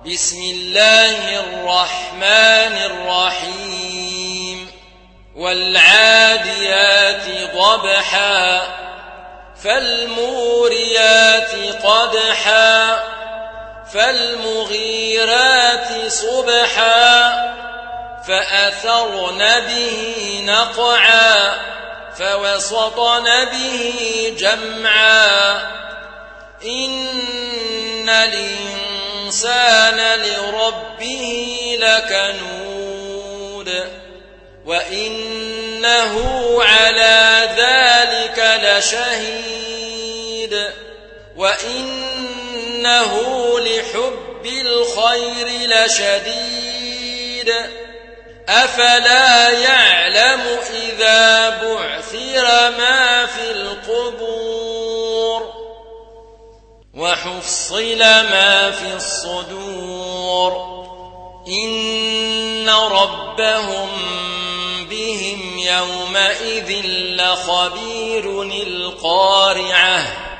بسم الله الرحمن الرحيم والعاديات ضبحا فالموريات قدحا فالمغيرات صبحا فأثرن به نقعا فوسطن به جمعا إن الإنسان لربه لكنود وإنه على ذلك لشهيد وإنه لحب الخير لشديد أفلا يعلم إذا بعثر ما في القبور وحصل ما في الصدور إن ربهم بهم يومئذ لخبير القارعة